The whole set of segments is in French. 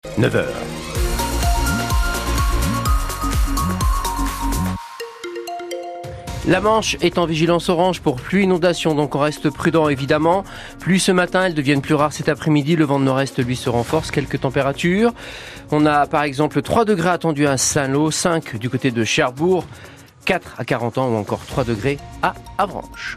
9h. La Manche est en vigilance orange pour pluie inondation, donc on reste prudent évidemment. Pluie ce matin, elles deviennent plus rares cet après-midi. Le vent de nord-est, lui, se renforce. Quelques températures. On a par exemple 3 degrés attendus à Saint-Lô, 5 du côté de Cherbourg, 4 à 40 ans ou encore 3 degrés à Avranches.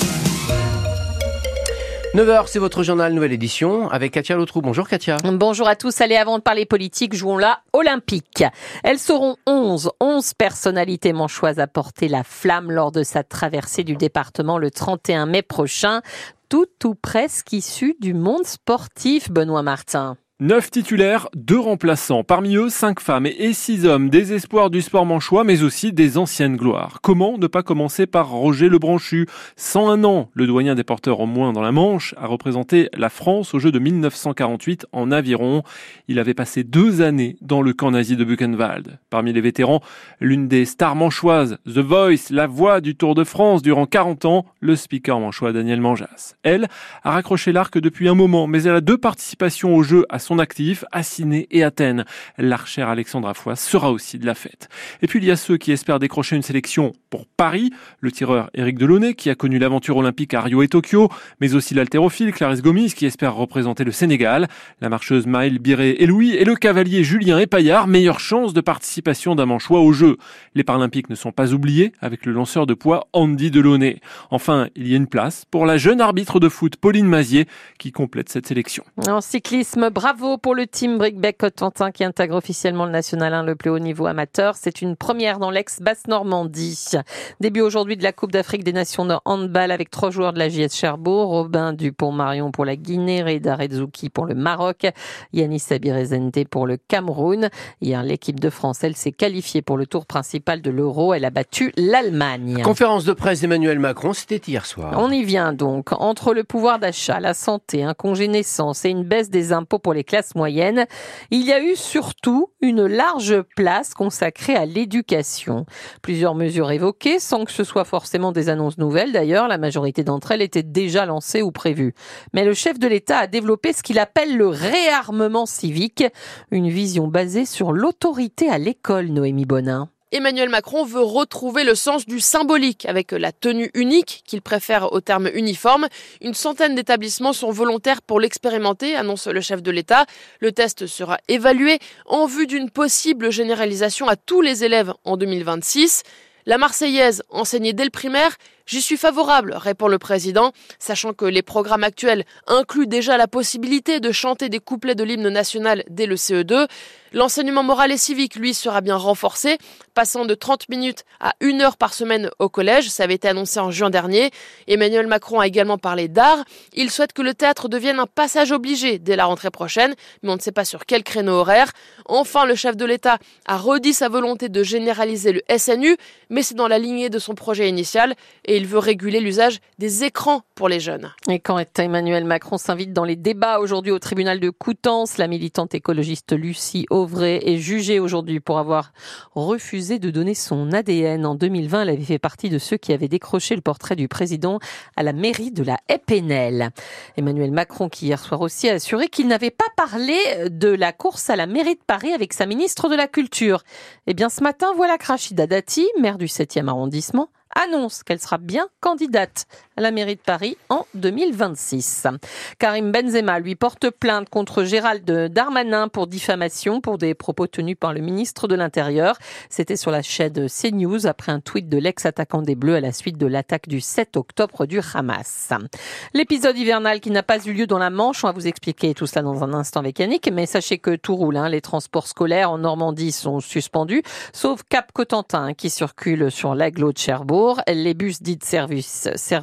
9h, c'est votre journal, nouvelle édition, avec Katia Lautrou. Bonjour Katia. Bonjour à tous. Allez, avant de parler politique, jouons la olympique. Elles seront 11 personnalités manchoises à porter la flamme lors de sa traversée du département le 31 mai prochain. Tout ou presque issues du monde sportif, Benoît Martin. 9 titulaires, 2 remplaçants. Parmi eux, 5 femmes et 6 hommes, des espoirs du sport manchois, mais aussi des anciennes gloires. Comment ne pas commencer par Roger Lebranchu? 101 ans, le doyen des porteurs en moins dans la Manche, a représenté la France aux Jeux de 1948 en aviron. Il avait passé 2 années dans le camp nazi de Buchenwald. Parmi les vétérans, l'une des stars manchoises, The Voice, la voix du Tour de France durant 40 ans, le speaker manchois Daniel Manjas. Elle a raccroché l'arc depuis un moment, mais elle a 2 participations aux Jeux à son actif, à Sydney et Athènes. L'archère Alexandra Foy sera aussi de la fête. Et puis il y a ceux qui espèrent décrocher une sélection pour Paris, le tireur Éric Delaunay qui a connu l'aventure olympique à Rio et Tokyo, mais aussi l'haltérophile Clarisse Gomis qui espère représenter le Sénégal, la marcheuse Maëlle Biré-Eloui et le cavalier Julien Epaillard, meilleure chance de participation d'un Manchois aux Jeux. Les Paralympiques ne sont pas oubliés avec le lanceur de poids Andy Delaunay. Enfin, il y a une place pour la jeune arbitre de foot Pauline Mazier qui complète cette sélection. En cyclisme, bravo pour le team Brickbeck-Cotentin qui intègre officiellement le National 1, le plus haut niveau amateur. C'est une première dans l'ex-Basse-Normandie. Début aujourd'hui de la Coupe d'Afrique des Nations de handball avec 3 joueurs de la JS Cherbourg. Robin Dupont-Marion pour la Guinée, Reda Rezouki pour le Maroc, Yanis Sabirezente pour le Cameroun. Hier, l'équipe de France, elle s'est qualifiée pour le tour principal de l'Euro. Elle a battu l'Allemagne. Conférence de presse d'Emmanuel Macron, c'était hier soir. On y vient donc. Entre le pouvoir d'achat, la santé, un congé naissance et une baisse des impôts pour les classes moyennes, il y a eu surtout une large place consacrée à l'éducation. Plusieurs mesures évoquées, sans que ce soit forcément des annonces nouvelles. D'ailleurs, la majorité d'entre elles étaient déjà lancées ou prévues. Mais le chef de l'État a développé ce qu'il appelle le réarmement civique, une vision basée sur l'autorité à l'école, Noémie Bonin. Emmanuel Macron veut retrouver le sens du symbolique avec la tenue unique qu'il préfère au terme uniforme. Une centaine d'établissements sont volontaires pour l'expérimenter, annonce le chef de l'État. Le test sera évalué en vue d'une possible généralisation à tous les élèves en 2026. La Marseillaise, enseignée dès le primaire, j'y suis favorable, répond le président, sachant que les programmes actuels incluent déjà la possibilité de chanter des couplets de l'hymne national dès le CE2. L'enseignement moral et civique, lui, sera bien renforcé, passant de 30 minutes à 1 heure par semaine au collège. Ça avait été annoncé en juin dernier. Emmanuel Macron a également parlé d'art. Il souhaite que le théâtre devienne un passage obligé dès la rentrée prochaine, mais on ne sait pas sur quel créneau horaire. Enfin, le chef de l'État a redit sa volonté de généraliser le SNU, mais c'est dans la lignée de son projet initial et il veut réguler l'usage des écrans pour les jeunes. Et quand Emmanuel Macron s'invite dans les débats aujourd'hui au tribunal de Coutances, la militante écologiste Lucie Auvray est jugée aujourd'hui pour avoir refusé de donner son ADN. En 2020, elle avait fait partie de ceux qui avaient décroché le portrait du président à la mairie de la Épinel. Emmanuel Macron qui hier soir aussi a assuré qu'il n'avait pas parlé de la course à la mairie de Paris avec sa ministre de la Culture. Eh bien ce matin, voilà que Rachida Dati, maire du 7e arrondissement, annonce qu'elle sera bien candidate à la mairie de Paris en 2026. Karim Benzema lui porte plainte contre Gérald Darmanin pour diffamation pour des propos tenus par le ministre de l'Intérieur. C'était sur la chaîne CNews après un tweet de l'ex-attaquant des Bleus à la suite de l'attaque du 7 octobre du Hamas. L'épisode hivernal qui n'a pas eu lieu dans la Manche, on va vous expliquer tout cela dans un instant avec Yannick, mais sachez que tout roule, les transports scolaires en Normandie sont suspendus, sauf Cap Cotentin qui circule sur l'agglo de Cherbourg. Les bus dits de service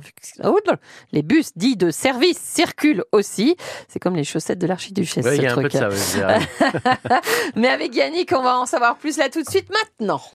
circulent aussi. C'est comme les chaussettes de l'archiduchesse, ouais, ce y a truc. Un peu de ça, ouais, Mais avec Yannick, on va en savoir plus là tout de suite maintenant.